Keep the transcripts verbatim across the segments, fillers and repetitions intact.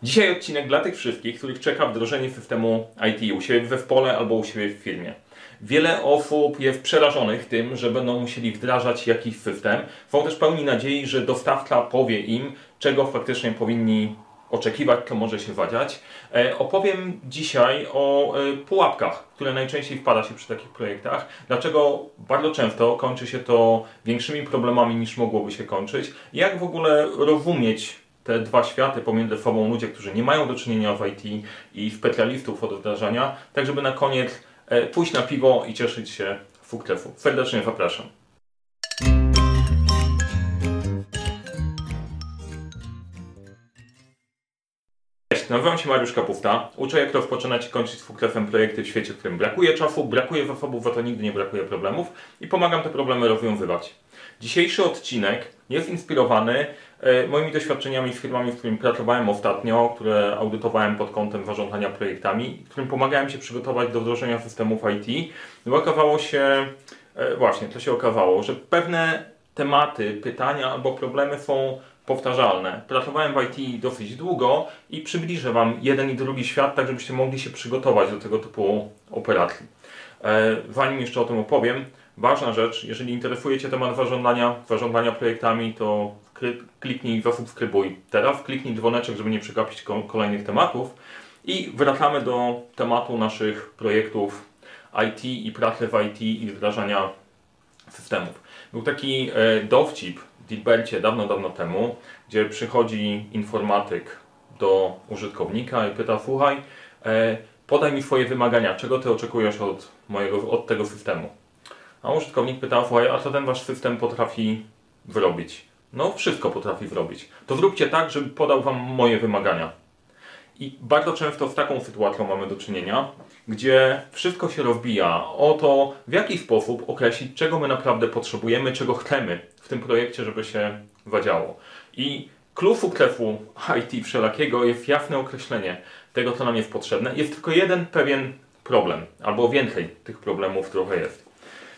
Dzisiaj odcinek dla tych wszystkich, których czeka wdrożenie systemu I T u siebie we zespole albo u siebie w firmie. Wiele osób jest przerażonych tym, że będą musieli wdrażać jakiś system. Są też pełni nadziei, że dostawca powie im, czego faktycznie powinni oczekiwać, co może się wadziać. E, opowiem dzisiaj o e, pułapkach, które najczęściej wpada się przy takich projektach. Dlaczego bardzo często kończy się to większymi problemami niż mogłoby się kończyć. Jak w ogóle rozumieć te dwa światy pomiędzy sobą, ludzie, którzy nie mają do czynienia w I T i specjalistów od wdrażania, tak żeby na koniec e, pójść na piwo i cieszyć się sukcesu. Serdecznie zapraszam. Cześć, nazywam się Mariusz Kapufta. Uczę, jak rozpoczynać i kończyć sukcesem projekty w świecie, w którym brakuje czasu, brakuje zasobów, za to nigdy nie brakuje problemów i pomagam te problemy rozwiązywać. Dzisiejszy odcinek jest inspirowany e, moimi doświadczeniami z firmami, z którymi pracowałem ostatnio, które audytowałem pod kątem zarządzania projektami, którym pomagałem się przygotować do wdrożenia systemów I T. No okazało się, e, właśnie, to się okazało, że pewne tematy, pytania albo problemy są powtarzalne. Pracowałem w I T dosyć długo i przybliżę Wam jeden i drugi świat, tak żebyście mogli się przygotować do tego typu operacji. E, zanim jeszcze o tym opowiem, ważna rzecz, jeżeli interesuje Cię temat zarządzania, zarządzania projektami, to kliknij zasubskrybuj teraz, kliknij dzwoneczek, żeby nie przegapić kolejnych tematów i wracamy do tematu naszych projektów I T i pracy w I T i wdrażania systemów. Był taki e, dowcip w Dilbercie dawno, dawno temu, gdzie przychodzi informatyk do użytkownika i pyta: słuchaj, e, podaj mi swoje wymagania, czego Ty oczekujesz od, mojego, od tego systemu? A użytkownik pyta: słuchaj, a co ten Wasz system potrafi zrobić? No, wszystko potrafi zrobić. To zróbcie tak, żeby podał Wam moje wymagania. I bardzo często z taką sytuacją mamy do czynienia, gdzie wszystko się rozbija o to, w jaki sposób określić, czego my naprawdę potrzebujemy, czego chcemy w tym projekcie, żeby się zadziało. I klucz sukcesu I T wszelakiego jest jasne określenie tego, co nam jest potrzebne. Jest tylko jeden pewien problem, albo więcej tych problemów trochę jest.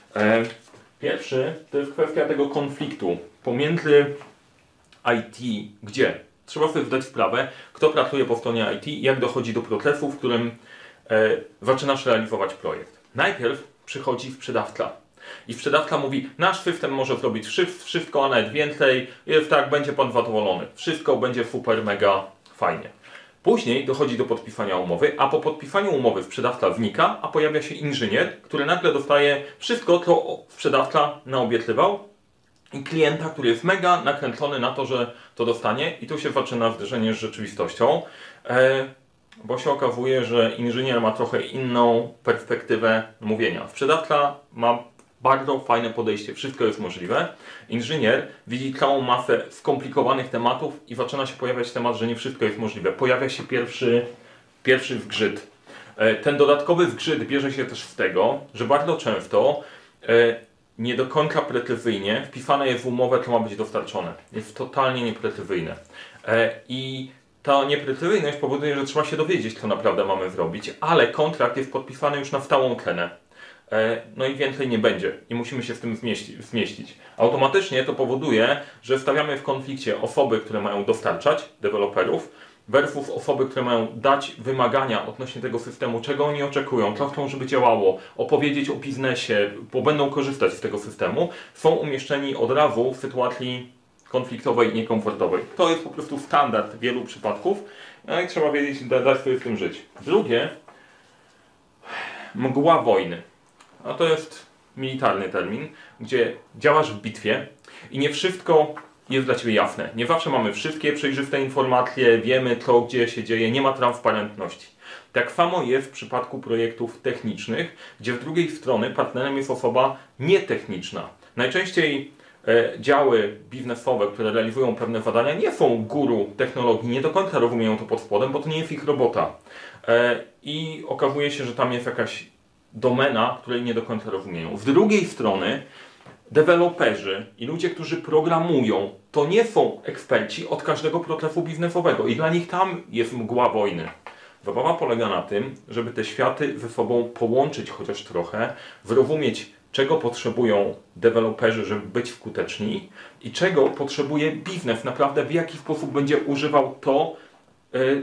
Pierwszy to jest kwestia tego konfliktu pomiędzy I T, gdzie trzeba sobie zdać sprawę, kto pracuje po stronie I T i jak dochodzi do procesu, w którym e, zaczynasz realizować projekt. Najpierw przychodzi sprzedawca i sprzedawca mówi: nasz system może zrobić wszystko, a nawet więcej, jest tak, będzie Pan zadowolony, wszystko będzie super, mega fajnie. Później dochodzi do podpisania umowy, a po podpisaniu umowy sprzedawca znika, a pojawia się inżynier, który nagle dostaje wszystko, co sprzedawca naobiecywał, i klienta, który jest mega nakręcony na to, że to dostanie, i tu się zaczyna zderzenie z rzeczywistością, e, bo się okazuje, że inżynier ma trochę inną perspektywę mówienia. Sprzedawca ma bardzo fajne podejście, wszystko jest możliwe. Inżynier widzi całą masę skomplikowanych tematów i zaczyna się pojawiać temat, że nie wszystko jest możliwe. Pojawia się pierwszy, pierwszy zgrzyt. E, ten dodatkowy zgrzyt bierze się też z tego, że bardzo często e, nie do końca precyzyjnie wpisane jest w umowę, co ma być dostarczone. Jest totalnie nieprecyzyjne. E, I ta nieprecyzyjność powoduje, że trzeba się dowiedzieć, co naprawdę mamy zrobić, ale kontrakt jest podpisany już na stałą cenę. E, no i więcej nie będzie i musimy się w tym zmieści, zmieścić. Automatycznie to powoduje, że stawiamy w konflikcie osoby, które mają dostarczać, deweloperów, versus osoby, które mają dać wymagania odnośnie tego systemu, czego oni oczekują, co chcą, żeby działało, opowiedzieć o biznesie, bo będą korzystać z tego systemu, są umieszczeni od razu w sytuacji konfliktowej i niekomfortowej. To jest po prostu standard wielu przypadków, no i trzeba wiedzieć, dać sobie w tym żyć. Drugie, mgła wojny. A to jest militarny termin, gdzie działasz w bitwie i nie wszystko jest dla Ciebie jasne. Nie zawsze mamy wszystkie przejrzyste informacje, wiemy co, gdzie się dzieje, nie ma transparentności. Tak samo jest w przypadku projektów technicznych, gdzie z drugiej strony partnerem jest osoba nietechniczna. Najczęściej e, działy biznesowe, które realizują pewne zadania, nie są guru technologii, nie do końca rozumieją to pod spodem, bo to nie jest ich robota. E, I okazuje się, że tam jest jakaś domena, której nie do końca rozumieją. Z drugiej strony deweloperzy i ludzie, którzy programują, to nie są eksperci od każdego procesu biznesowego i dla nich tam jest mgła wojny. Zabawa polega na tym, żeby te światy ze sobą połączyć chociaż trochę, zrozumieć, czego potrzebują deweloperzy, żeby być skuteczni i czego potrzebuje biznes, naprawdę w jaki sposób będzie używał to,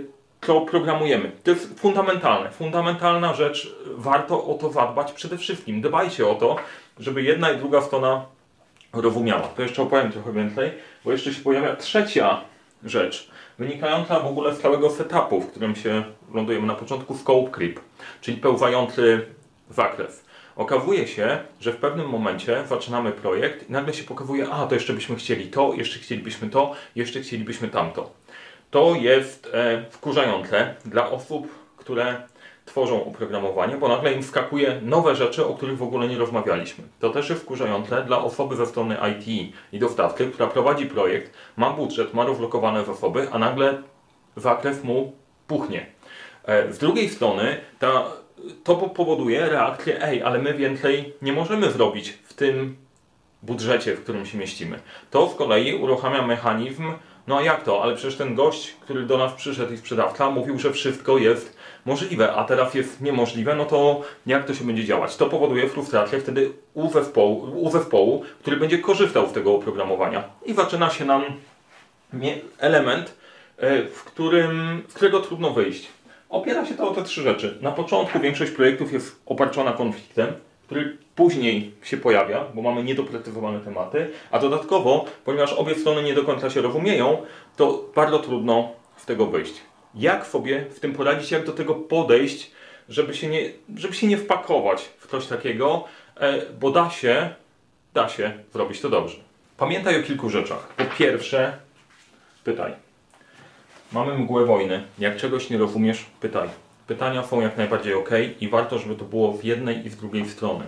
to programujemy. To jest fundamentalne. Fundamentalna rzecz, warto o to zadbać przede wszystkim. Dbajcie o to, żeby jedna i druga strona rozumiała. To jeszcze opowiem trochę więcej, bo jeszcze się pojawia trzecia rzecz, wynikająca w ogóle z całego setupu, w którym się lądujemy na początku, scope creep, czyli pełzający zakres. Okazuje się, że w pewnym momencie zaczynamy projekt i nagle się pokazuje, a to jeszcze byśmy chcieli to, jeszcze chcielibyśmy to, jeszcze chcielibyśmy tamto. To jest e, wkurzające dla osób, które tworzą oprogramowanie, bo nagle im wskakuje nowe rzeczy, o których w ogóle nie rozmawialiśmy. To też jest wkurzające dla osoby ze strony I T i dostawcy, która prowadzi projekt, ma budżet, ma rozlokowane zasoby, a nagle zakres mu puchnie. E, z drugiej strony ta, to powoduje reakcję, ej, ale my więcej nie możemy zrobić w tym budżecie, w którym się mieścimy. To z kolei uruchamia mechanizm, no a jak to? Ale przecież ten gość, który do nas przyszedł i sprzedawca, mówił, że wszystko jest możliwe, a teraz jest niemożliwe, no to jak to się będzie działać? To powoduje frustrację wtedy u zespołu, u zespołu, który będzie korzystał z tego oprogramowania. I zaczyna się nam element, w którym, z którego trudno wyjść. Opiera się to o te trzy rzeczy. Na początku większość projektów jest obarczona konfliktem, który później się pojawia, bo mamy niedoprecyzowane tematy, a dodatkowo, ponieważ obie strony nie do końca się rozumieją, to bardzo trudno z tego wyjść. Jak sobie w tym poradzić, jak do tego podejść, żeby się nie, żeby się nie wpakować w coś takiego, bo da się, da się zrobić to dobrze. Pamiętaj o kilku rzeczach. Po pierwsze, pytaj. Mamy mgłę wojny. Jak czegoś nie rozumiesz, pytaj. Pytania są jak najbardziej ok i warto, żeby to było z jednej i z drugiej strony.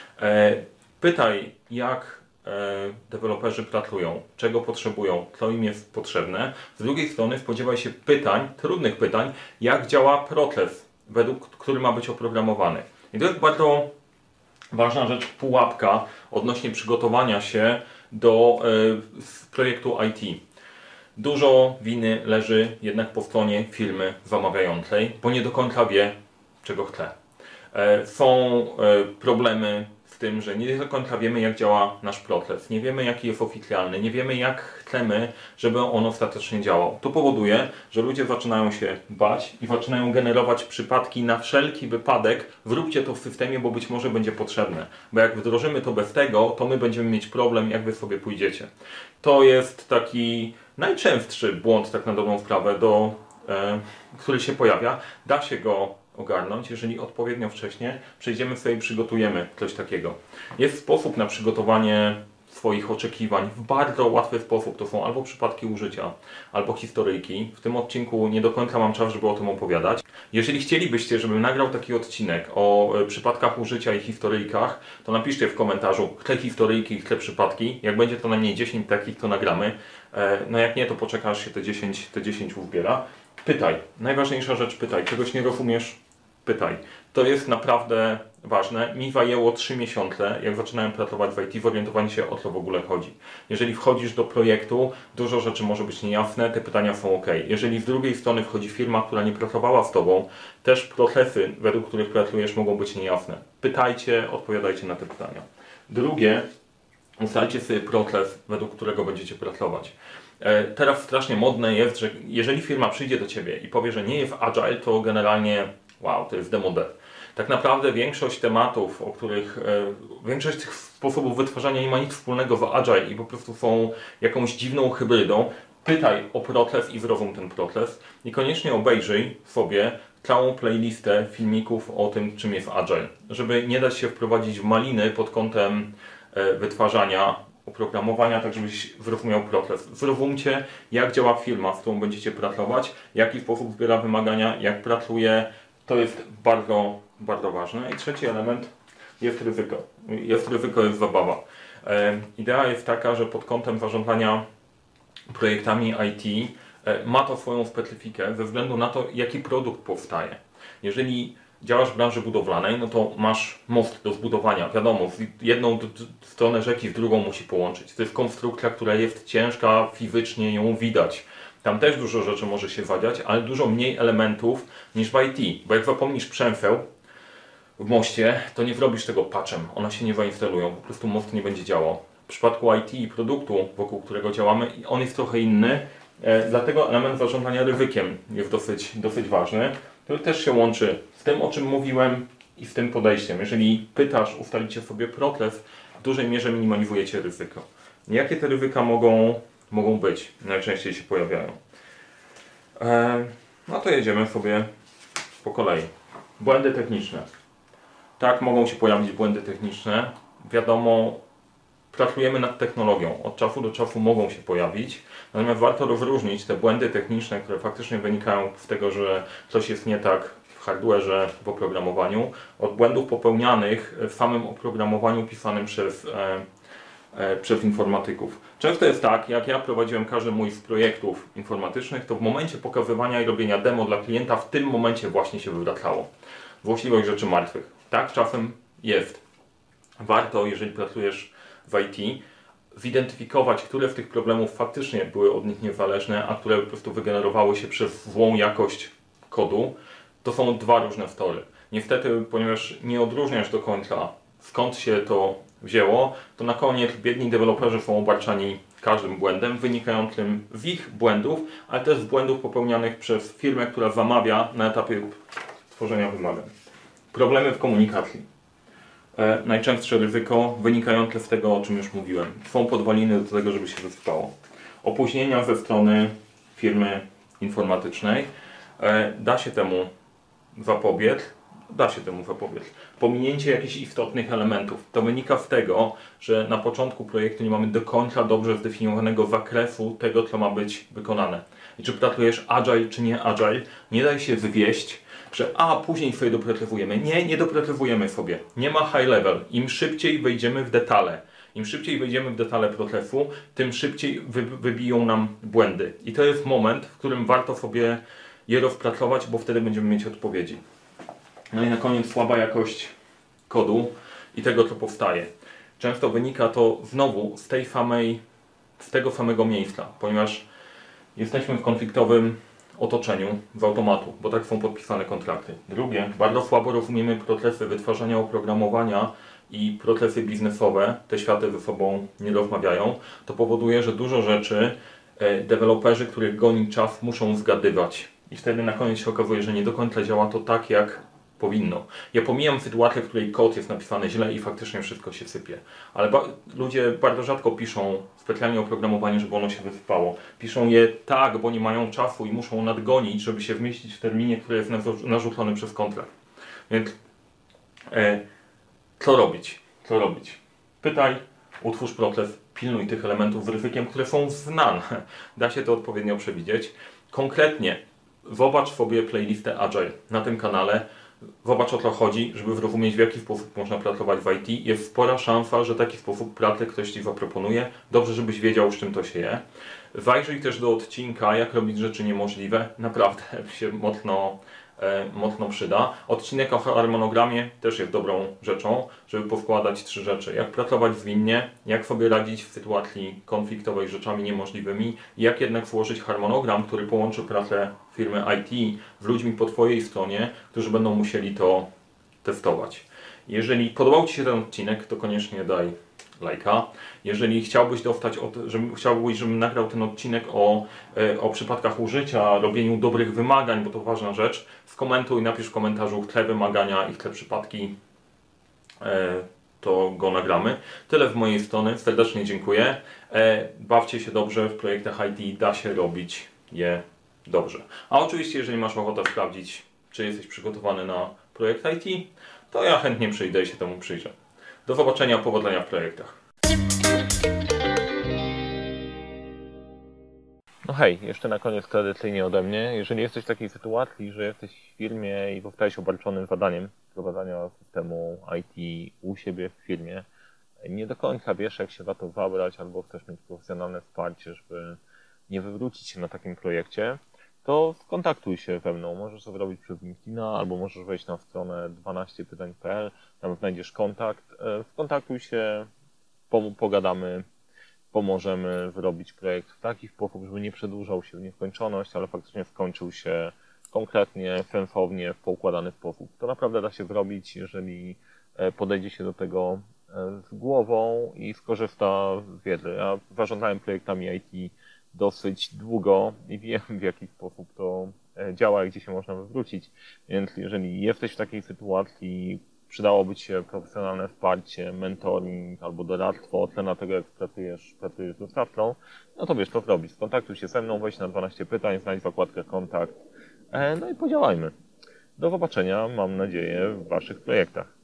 Pytaj, jak deweloperzy pracują, czego potrzebują, co im jest potrzebne. Z drugiej strony spodziewaj się pytań, trudnych pytań, jak działa proces, według który ma być oprogramowany. I to jest bardzo ważna rzecz, pułapka odnośnie przygotowania się do projektu I T. Dużo winy leży jednak po stronie firmy zamawiającej, bo nie do końca wie, czego chce. Są problemy z tym, że nie do końca wiemy, jak działa nasz proces, nie wiemy, jaki jest oficjalny, nie wiemy, jak chcemy, żeby on ostatecznie działał. To powoduje, że ludzie zaczynają się bać i zaczynają generować przypadki na wszelki wypadek. Zróbcie to w systemie, bo być może będzie potrzebne. Bo jak wdrożymy to bez tego, to my będziemy mieć problem, jak wy sobie pójdziecie. To jest taki najczęstszy błąd, tak na dobrą sprawę, do, e, który się pojawia. Da się go ogarnąć, jeżeli odpowiednio wcześnie przejdziemy sobie i przygotujemy coś takiego. Jest sposób na przygotowanie swoich oczekiwań w bardzo łatwy sposób. To są albo przypadki użycia, albo historyjki. W tym odcinku nie do końca mam czas, żeby o tym opowiadać. Jeżeli chcielibyście, żebym nagrał taki odcinek o przypadkach użycia i historyjkach, to napiszcie w komentarzu, chcę historyjki, chcę przypadki. Jak będzie to najmniej dziesięć takich, to nagramy. No jak nie, to poczekaj, aż się te dziesięć, te dziesięć uzbiera. Pytaj. Najważniejsza rzecz, pytaj. Czegoś nie rozumiesz? Pytaj. To jest naprawdę ważne. Mi zajęło trzy miesiące, jak zaczynałem pracować w I T, zorientowanie się, o co w ogóle chodzi. Jeżeli wchodzisz do projektu, dużo rzeczy może być niejasne, te pytania są ok. Jeżeli z drugiej strony wchodzi firma, która nie pracowała z Tobą, też procesy, według których pracujesz, mogą być niejasne. Pytajcie, odpowiadajcie na te pytania. Drugie, ustalcie sobie proces, według którego będziecie pracować. Teraz strasznie modne jest, że jeżeli firma przyjdzie do Ciebie i powie, że nie jest agile, to generalnie wow, to jest demode. Tak naprawdę większość tematów, o których, e, większość tych sposobów wytwarzania nie ma nic wspólnego z agile i po prostu są jakąś dziwną hybrydą. Pytaj o proces i zrozum ten proces. I koniecznie obejrzyj sobie całą playlistę filmików o tym, czym jest agile. Żeby nie dać się wprowadzić w maliny pod kątem e, wytwarzania oprogramowania, tak żebyś zrozumiał proces. Zrozumcie, jak działa firma, z którą będziecie pracować, w jaki sposób zbiera wymagania, jak pracuje. To jest bardzo, bardzo ważne. I trzeci element jest ryzyko. Jest ryzyko, jest zabawa. E, idea jest taka, że pod kątem zarządzania projektami I T e, ma to swoją specyfikę ze względu na to, jaki produkt powstaje. Jeżeli działasz w branży budowlanej, no to masz most do zbudowania. Wiadomo, jedną stronę rzeki w drugą musi połączyć. To jest konstrukcja, która jest ciężka, fizycznie ją widać. Tam też dużo rzeczy może się zadziać, ale dużo mniej elementów niż w I T. Bo jak zapomnisz przemfeł w moście, to nie zrobisz tego patchem. One się nie zainstalują, po prostu most nie będzie działał. W przypadku I T i produktu, wokół którego działamy, on jest trochę inny. E, dlatego element zarządzania ryzykiem jest dosyć, dosyć ważny, który też się łączy z tym, o czym mówiłem i z tym podejściem. Jeżeli pytasz, ustalicie sobie protlew, w dużej mierze minimalizujecie ryzyko. Jakie te ryzyka mogą, mogą być? Najczęściej się pojawiają. E, no to jedziemy sobie po kolei. Błędy techniczne. Tak, mogą się pojawić błędy techniczne. Wiadomo, pracujemy nad technologią. Od czasu do czasu mogą się pojawić. Natomiast warto rozróżnić te błędy techniczne, które faktycznie wynikają z tego, że coś jest nie tak w hardware'ze, w oprogramowaniu, od błędów popełnianych w samym oprogramowaniu pisanym przez, e, e, przez informatyków. Często jest tak, jak ja prowadziłem każdy mój z projektów informatycznych, to w momencie pokazywania i robienia demo dla klienta w tym momencie właśnie się wywracało. Złośliwość rzeczy martwych. Tak czasem jest. Warto, jeżeli pracujesz w I T, zidentyfikować, które z tych problemów faktycznie były od nich niezależne, a które po prostu wygenerowały się przez złą jakość kodu. To są dwa różne story. Niestety, ponieważ nie odróżniasz do końca, skąd się to wzięło, to na koniec biedni deweloperzy są obarczani każdym błędem wynikającym z ich błędów, ale też z błędów popełnianych przez firmę, która zamawia na etapie tworzenia wymagań. Problemy w komunikacji. E, najczęstsze ryzyko wynikające z tego, o czym już mówiłem. Są podwaliny do tego, żeby się wysypało. Opóźnienia ze strony firmy informatycznej. E, da się temu zapobiec. Da się temu zapobiec. Pominięcie jakichś istotnych elementów. To wynika z tego, że na początku projektu nie mamy do końca dobrze zdefiniowanego zakresu tego, co ma być wykonane. I czy pracujesz agile, czy nie agile, nie daj się wywieść, że a później sobie doprecyzujemy. Nie, nie doprecyzujemy sobie. Nie ma high level. Im szybciej wejdziemy w detale, im szybciej wejdziemy w detale procesu, tym szybciej wy, wybiją nam błędy. I to jest moment, w którym warto sobie je rozpracować, bo wtedy będziemy mieć odpowiedzi. No i na koniec słaba jakość kodu i tego, co powstaje. Często wynika to znowu z tej samej, z tego samego miejsca, ponieważ jesteśmy w konfliktowym otoczeniu z automatu, bo tak są podpisane kontrakty. Drugie, bardzo słabo rozumiemy procesy wytwarzania oprogramowania i procesy biznesowe, te światy ze sobą nie rozmawiają. To powoduje, że dużo rzeczy e, deweloperzy, których goni czas, muszą zgadywać. I wtedy na koniec się okazuje, że nie do końca działa to tak, jak powinno. Ja pomijam sytuację, w której kod jest napisany źle i faktycznie wszystko się sypie. Ale ba ludzie bardzo rzadko piszą specjalnie oprogramowanie, żeby ono się wysypało. Piszą je tak, bo nie mają czasu i muszą nadgonić, żeby się zmieścić w terminie, który jest narzucony przez kontrakt. Więc e, co robić? Co robić? Pytaj, utwórz proces, pilnuj tych elementów z ryzykiem, które są znane. Da się to odpowiednio przewidzieć. Konkretnie zobacz sobie playlistę Agile na tym kanale. Zobacz, o co chodzi, żeby zrozumieć, w jaki sposób można pracować w I T. Jest spora szansa, że taki sposób pracy ktoś Ci zaproponuje. Dobrze, żebyś wiedział, z czym to się je. Zajrzyj też do odcinka, jak robić rzeczy niemożliwe. Naprawdę się mocno, e, mocno przyda. Odcinek o harmonogramie też jest dobrą rzeczą, żeby powkładać trzy rzeczy. Jak pracować zwinnie, jak sobie radzić w sytuacji konfliktowej z rzeczami niemożliwymi, jak jednak złożyć harmonogram, który połączy pracę firmy I T z ludźmi po Twojej stronie, którzy będą musieli to testować. Jeżeli podobał Ci się ten odcinek, to koniecznie daj lajka. Jeżeli chciałbyś dostać, od, żeby, chciałbyś, żebym nagrał ten odcinek o, o przypadkach użycia, robieniu dobrych wymagań, bo to ważna rzecz, skomentuj, napisz w komentarzu te wymagania i te przypadki, to go nagramy. Tyle z mojej strony. Serdecznie dziękuję. Bawcie się dobrze. W projektach I T da się robić je dobrze. A oczywiście, jeżeli masz ochotę sprawdzić, czy jesteś przygotowany na projekt I T, to ja chętnie przyjdę i się temu przyjrzę. Do zobaczenia, powodzenia w projektach. No hej, jeszcze na koniec tradycyjnie ode mnie. Jeżeli jesteś w takiej sytuacji, że jesteś w firmie i zostałeś obarczonym zadaniem wprowadzania systemu I T u siebie w firmie, nie do końca wiesz, jak się za to zabrać, albo chcesz mieć profesjonalne wsparcie, żeby nie wywrócić się na takim projekcie, to skontaktuj się ze mną. Możesz to zrobić przez LinkedIna, albo możesz wejść na stronę dwanaście pytań kropka p l, tam znajdziesz kontakt. Skontaktuj się, pogadamy, pomożemy zrobić projekt w taki sposób, żeby nie przedłużał się w nieskończoność, ale faktycznie skończył się konkretnie, sensownie, w poukładany sposób. To naprawdę da się zrobić, jeżeli podejdzie się do tego z głową i skorzysta z wiedzy. Ja zarządzałem projektami I T dosyć długo i wiem, w jaki sposób to działa i gdzie się można wywrócić. Więc jeżeli jesteś w takiej sytuacji, przydałoby Ci się profesjonalne wsparcie, mentoring albo doradztwo, ocena tego, jak pracujesz, pracujesz z dostawcą, no to wiesz, co zrobić. Skontaktuj się ze mną, wejdź na dwanaście pytań, znajdź zakładkę kontakt, no i podziałajmy. Do zobaczenia, mam nadzieję, w Waszych projektach.